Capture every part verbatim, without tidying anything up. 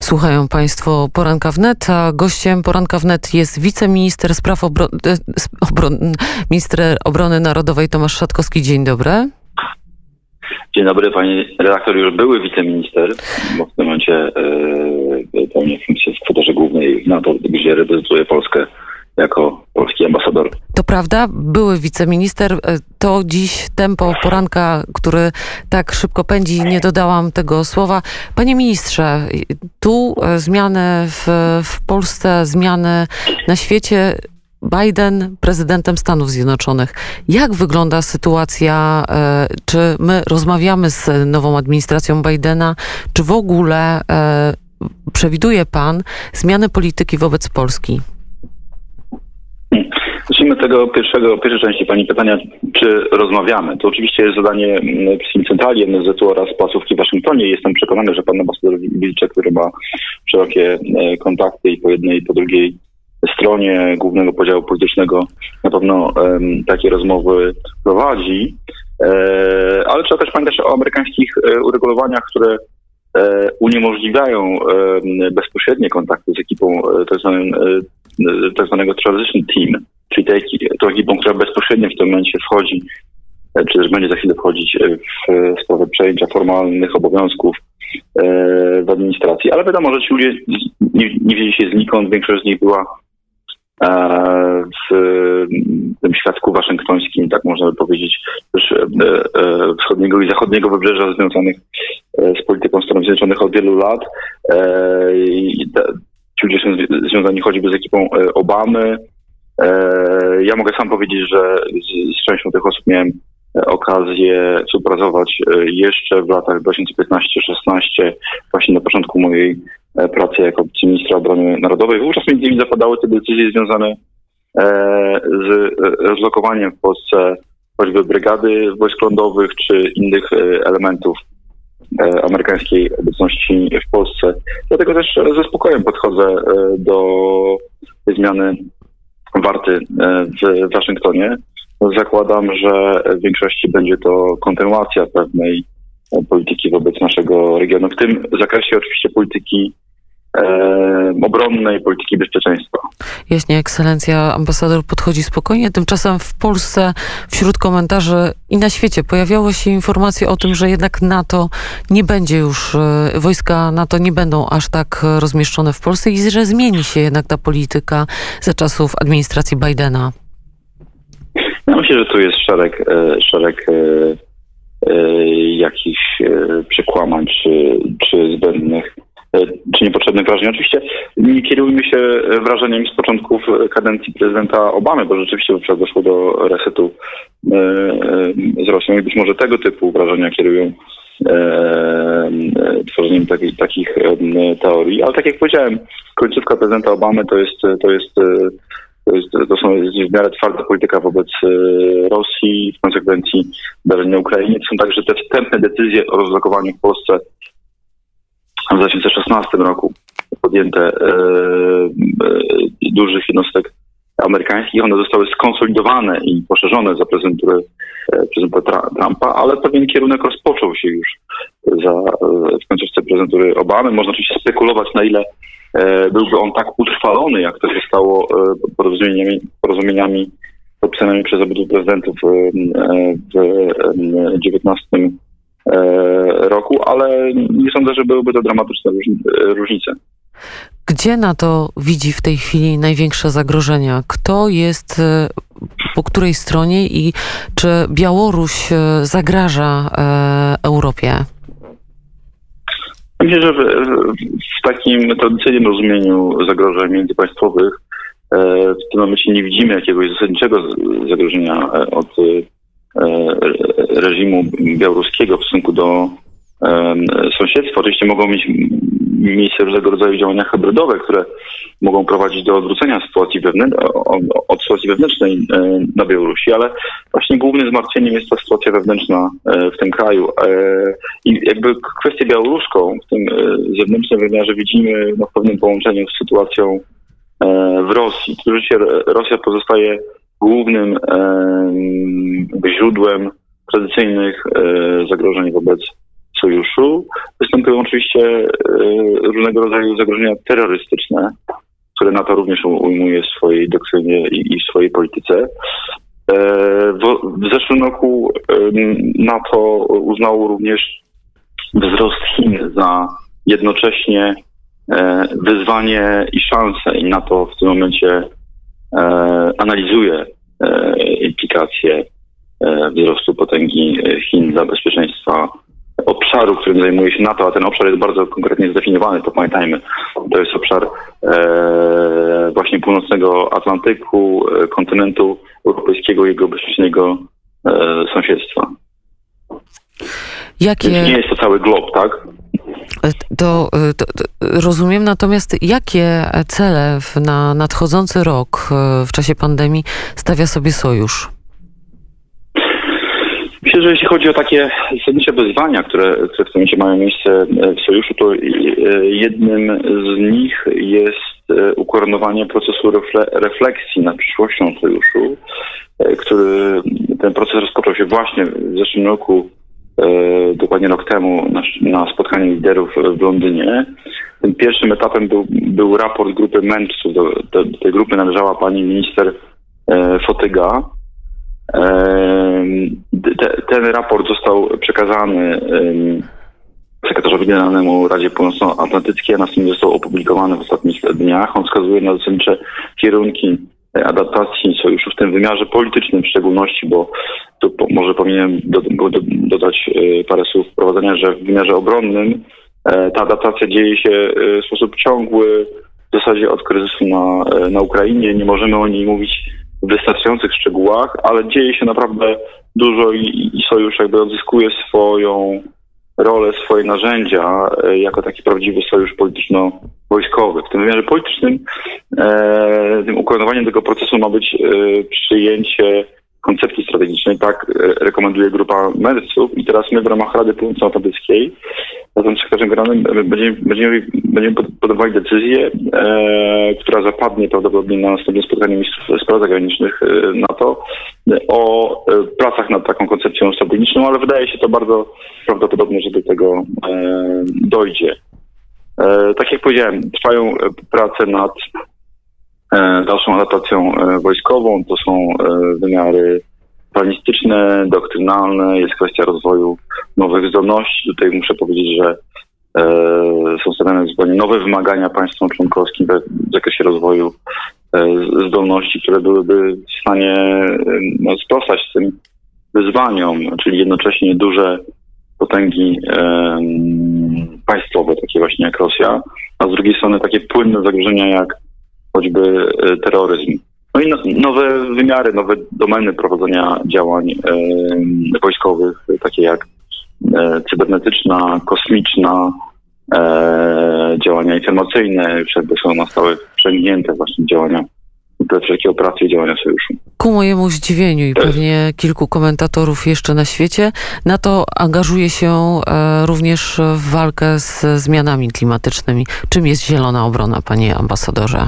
Słuchają Państwo Poranka Wnet, a gościem Poranka Wnet jest wiceminister spraw obro- obron- minister obrony narodowej Tomasz Szatkowski. Dzień dobry. Dzień dobry, pani redaktor, już były wiceminister, bo w tym momencie yy, pełnię funkcję sekretarza głównej NATO, gdzie reprezentuje Polskę jako polski ambasador. To prawda, były wiceminister. To dziś tempo poranka, który tak szybko pędzi, nie dodałam tego słowa. Panie ministrze, tu zmiany w, w Polsce, zmiany na świecie. Biden prezydentem Stanów Zjednoczonych. Jak wygląda sytuacja? Czy my rozmawiamy z nową administracją Bidena? Czy w ogóle przewiduje pan zmiany polityki wobec Polski? Zacznijmy od tego pierwszego, pierwszej części pani pytania, czy rozmawiamy. To oczywiście jest zadanie wszystkim centrali N S Z U oraz placówki w Waszyngtonie. Jestem przekonany, że pan ambasador Wilczek, który ma szerokie kontakty i po jednej i po drugiej stronie głównego podziału politycznego, na pewno um, takie rozmowy prowadzi. E, ale trzeba też pamiętać o amerykańskich e, uregulowaniach, które e, uniemożliwiają e, bezpośrednie kontakty z ekipą e, tak, zwanym, e, tak zwanego transition team, czyli tej, tą ekipą, która bezpośrednio w tym momencie wchodzi, e, czy też będzie za chwilę wchodzić w sprawę przejęcia formalnych obowiązków e, w administracji. Ale wiadomo, że ci ludzie nie, nie wzięli się znikąd, większość z nich była w tym świadku waszyngtońskim, tak można by powiedzieć, też wschodniego i zachodniego wybrzeża związanych z polityką Stanów Zjednoczonych od wielu lat. Ci ludzie są związani choćby z ekipą Obamy. Ja mogę sam powiedzieć, że z, z częścią tych osób miałem okazję współpracować jeszcze w latach dwa tysiące piętnastym do szesnastego, właśnie na początku mojej pracy jako wiceministra obrony narodowej. Wówczas między innymi zapadały te decyzje związane z rozlokowaniem w Polsce choćby brygady wojsk lądowych czy innych elementów amerykańskiej obecności w Polsce. Dlatego też ze spokojem podchodzę do zmiany warty w Waszyngtonie. Zakładam, że w większości będzie to kontynuacja pewnej polityki wobec naszego regionu. W tym zakresie oczywiście polityki e, obronnej, polityki bezpieczeństwa. Jaśnie, ekscelencja ambasador podchodzi spokojnie. Tymczasem w Polsce wśród komentarzy i na świecie pojawiały się informacje o tym, że jednak NATO nie będzie już, wojska NATO nie będą aż tak rozmieszczone w Polsce i że zmieni się jednak ta polityka za czasów administracji Bidena. Ja myślę, że tu jest szereg, szereg jakichś przekłamań czy, czy zbędnych, czy niepotrzebnych wrażeń. Oczywiście nie kierujmy się wrażeniami z początków kadencji prezydenta Obamy, bo rzeczywiście wówczas doszło do resetu z Rosją i być może tego typu wrażenia kierują tworzeniem takich, takich teorii. Ale tak jak powiedziałem, końcówka prezydenta Obamy to jest, to jest To, jest, to są w miarę twarda polityka wobec Rosji, w konsekwencji wydarzeń na Ukrainie. To są także te wstępne decyzje o rozlokowaniu w Polsce w dwa tysiące szesnastym roku podjęte e, e, dużych jednostek amerykańskich. One zostały skonsolidowane i poszerzone za prezydentury e, prezydenta Trumpa, ale pewien kierunek rozpoczął się już za, e, w końcówce prezydentury Obamy. Można oczywiście spekulować, na ile byłby on tak utrwalony, jak to się stało porozumieniami, porozumieniami podpisanymi przez obydwu prezydentów w dwa tysiące dziewiętnastym roku, ale nie sądzę, że byłyby to dramatyczne różnice. Gdzie NATO widzi w tej chwili największe zagrożenia? Kto jest po której stronie i czy Białoruś zagraża Europie? Myślę, że w, w takim tradycyjnym rozumieniu zagrożeń międzypaństwowych w tym momencie nie widzimy jakiegoś zasadniczego zagrożenia od reżimu białoruskiego w stosunku do sąsiedztwa. Oczywiście mogą mieć miejsce różnego rodzaju działania hybrydowe, które mogą prowadzić do odwrócenia sytuacji wewnętrznej, od sytuacji wewnętrznej na Białorusi, ale właśnie głównym zmartwieniem jest ta sytuacja wewnętrzna w tym kraju. I jakby kwestię białoruską w tym zewnętrznym wymiarze widzimy no, w pewnym połączeniu z sytuacją w Rosji. Oczywiście Rosja pozostaje głównym źródłem tradycyjnych zagrożeń wobec sojuszu. Występują oczywiście różnego rodzaju zagrożenia terrorystyczne, które NATO również ujmuje w swojej doktrynie i w swojej polityce. W zeszłym roku NATO uznało również wzrost Chin za jednocześnie wyzwanie i szansę, i NATO w tym momencie analizuje implikacje wzrostu potęgi Chin dla bezpieczeństwa obszaru, którym zajmuje się NATO, a ten obszar jest bardzo konkretnie zdefiniowany, to pamiętajmy. To jest obszar e, właśnie północnego Atlantyku, e, kontynentu europejskiego i jego bezpośredniego e, sąsiedztwa. Jakie... Więc nie jest to cały glob, tak? To, to, to rozumiem, natomiast jakie cele w, na nadchodzący rok w czasie pandemii stawia sobie Sojusz? Myślę, że jeśli chodzi o takie zasadnicze wyzwania, które, które w tym momencie mają miejsce w Sojuszu, to jednym z nich jest ukoronowanie procesu refleksji nad przyszłością Sojuszu, który ten proces rozpoczął się właśnie w zeszłym roku, dokładnie rok temu, na, na spotkaniu liderów w Londynie. Tym pierwszym etapem był, był raport grupy mędrców. Do, do, do tej grupy należała pani minister Fotyga. Te, ten raport został przekazany sekretarzowi generalnemu Radzie Północnoatlantyckiej, a następnie został opublikowany w ostatnich dniach. On wskazuje na zasadnicze kierunki adaptacji sojuszu w tym wymiarze politycznym w szczególności, bo tu po, może powinienem do, do, dodać parę słów wprowadzenia, że w wymiarze obronnym ta adaptacja dzieje się w sposób ciągły, w zasadzie od kryzysu na, na Ukrainie. Nie możemy o niej mówić w wystarczających szczegółach, ale dzieje się naprawdę dużo i, i sojusz jakby odzyskuje swoją rolę, swoje narzędzia jako taki prawdziwy sojusz polityczno-wojskowy. W tym wymiarze politycznym e, tym ukoronowaniem tego procesu ma być e, przyjęcie koncepcji strategicznej. Tak e, rekomenduje grupa mędrców i teraz my w ramach Rady Północnoatlantyckiej razem z sekretarzem generalnym będziemy, będziemy, będziemy podejmowali decyzję, e, która zapadnie prawdopodobnie na następnym spotkaniu ministrów spraw zagranicznych e, NATO o e, pracach nad taką koncepcją strategiczną, ale wydaje się to bardzo prawdopodobne, że do tego e, dojdzie. E, tak jak powiedziałem, trwają prace nad e, dalszą adaptacją e, wojskową. To są e, wymiary planistyczne, doktrynalne, jest kwestia rozwoju nowych zdolności. Tutaj muszę powiedzieć, że e, są stawiane zupełnie nowe wymagania państwom członkowskim w zakresie rozwoju e, zdolności, które byłyby w stanie no, sprostać tym wyzwaniom, czyli jednocześnie duże potęgi e, państwowe, takie właśnie jak Rosja, a z drugiej strony takie płynne zagrożenia jak choćby e, terroryzm. No i no, nowe wymiary, nowe domeny prowadzenia działań e, wojskowych, takie jak e, cybernetyczna, kosmiczna, e, działania informacyjne, już jakby są na stałe wciągnięte właśnie działania, te wszelkie operacje i działania sojuszu. Ku mojemu zdziwieniu i pewnie kilku komentatorów jeszcze na świecie, NATO angażuje się e, również w walkę z zmianami klimatycznymi. Czym jest zielona obrona, panie ambasadorze?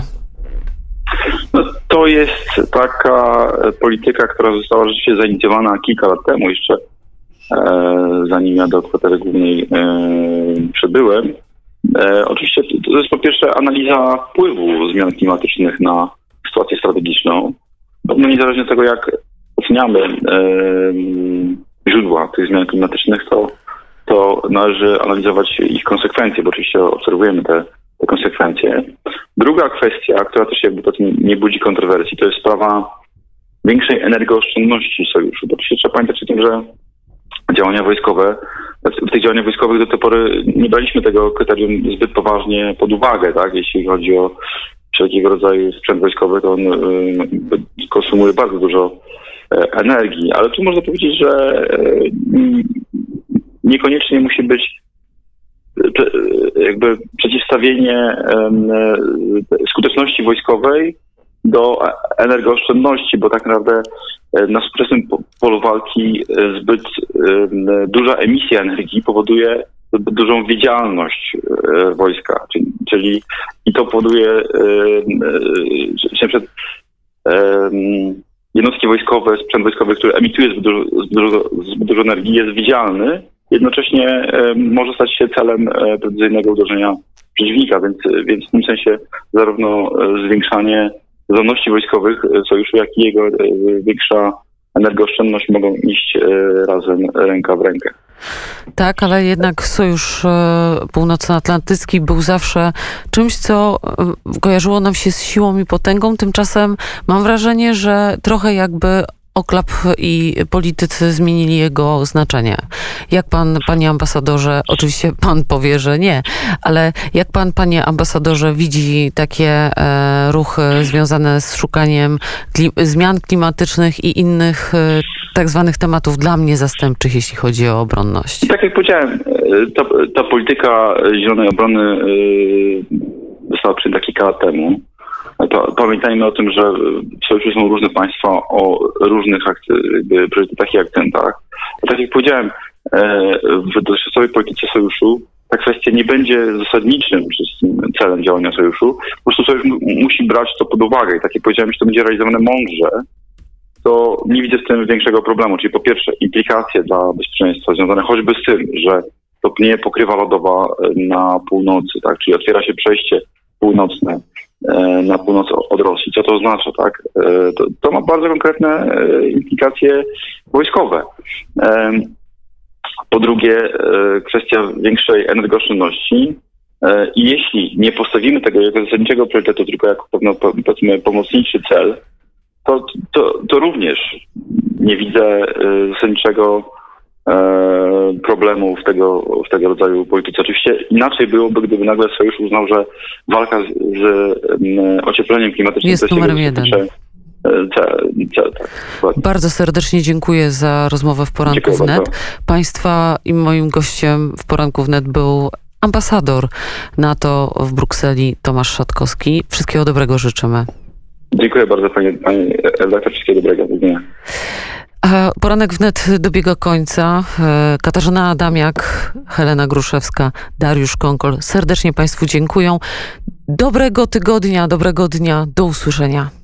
No, to jest taka polityka, która została rzeczywiście zainicjowana kilka lat temu, jeszcze e, zanim ja do kwatery głównej e, przybyłem. E, oczywiście to jest po pierwsze analiza wpływu zmian klimatycznych na sytuację strategiczną. No, niezależnie od tego, jak oceniamy e, źródła tych zmian klimatycznych, to, to należy analizować ich konsekwencje, bo oczywiście obserwujemy te te konsekwencje. Druga kwestia, która też jakby to nie budzi kontrowersji, to jest sprawa większej energooszczędności sojuszu. Bo oczywiście trzeba pamiętać o tym, że działania wojskowe, w tych działaniach wojskowych do tej pory nie braliśmy tego kryterium zbyt poważnie pod uwagę, tak? Jeśli chodzi o wszelkiego rodzaju sprzęt wojskowy, to on y, konsumuje bardzo dużo y, energii, ale tu można powiedzieć, że y, niekoniecznie musi być jakby przeciwstawienie skuteczności wojskowej do energooszczędności, bo tak naprawdę na współczesnym polu walki zbyt duża emisja energii powoduje zbyt dużą wiedzialność wojska, czyli, czyli i to powoduje, że przed jednostki wojskowe, sprzęt wojskowy, który emituje zbyt dużo, zbyt dużo, zbyt dużo energii, jest widzialny jednocześnie może stać się celem precyzyjnego uderzenia przeciwnika, więc, więc w tym sensie zarówno zwiększanie zdolności wojskowych sojuszu, jak i jego większa energooszczędność mogą iść razem ręka w rękę. Tak, ale jednak Sojusz Północnoatlantycki był zawsze czymś, co kojarzyło nam się z siłą i potęgą. Tymczasem mam wrażenie, że trochę jakby oklap i politycy zmienili jego znaczenie. Jak pan, panie ambasadorze, oczywiście pan powie, że nie, ale jak pan, panie ambasadorze, widzi takie e, ruchy związane z szukaniem klim- zmian klimatycznych i innych e, tak zwanych tematów dla mnie zastępczych, jeśli chodzi o obronność? I tak jak powiedziałem, ta, ta polityka zielonej obrony yy, została przyjęta kilka lat temu. To pamiętajmy o tym, że w sojuszu są różne państwa o różnych akcy- priorytetach i akcentach. A tak jak powiedziałem, w dotychczasowej polityce sojuszu ta kwestia nie będzie zasadniczym celem działania sojuszu. Po prostu sojusz musi brać to pod uwagę. I tak jak powiedziałem, jeśli to będzie realizowane mądrze, to nie widzę w tym większego problemu. Czyli po pierwsze implikacje dla bezpieczeństwa związane choćby z tym, że topnieje pokrywa lodowa na północy, tak? Czyli otwiera się przejście północne na północ od Rosji. Co to oznacza, tak? To, to ma bardzo konkretne implikacje wojskowe. Po drugie, kwestia większej energooszczędności. I jeśli nie postawimy tego jako zasadniczego priorytetu, tylko jako pewno, powiedzmy, pomocniczy cel, to, to, to również nie widzę zasadniczego problemów w tego, w tego rodzaju polityce. Oczywiście inaczej byłoby, gdyby nagle Sojusz uznał, że walka z, z ociepleniem klimatycznym jest numerem jeden. Cel, cel, tak, bardzo serdecznie dziękuję za rozmowę w Poranku Dziękuję Wnet. bardzo. Państwa i moim gościem w Poranku Wnet był ambasador NATO w Brukseli Tomasz Szatkowski. Wszystkiego dobrego życzymy. Dziękuję bardzo, panie, panie redaktor. Wszystkiego dobrego. Do widzenia. A Poranek Wnet dobiega końca. Katarzyna Adamiak, Helena Gruszewska, Dariusz Konkol. Serdecznie Państwu dziękuję. Dobrego tygodnia, dobrego dnia. Do usłyszenia.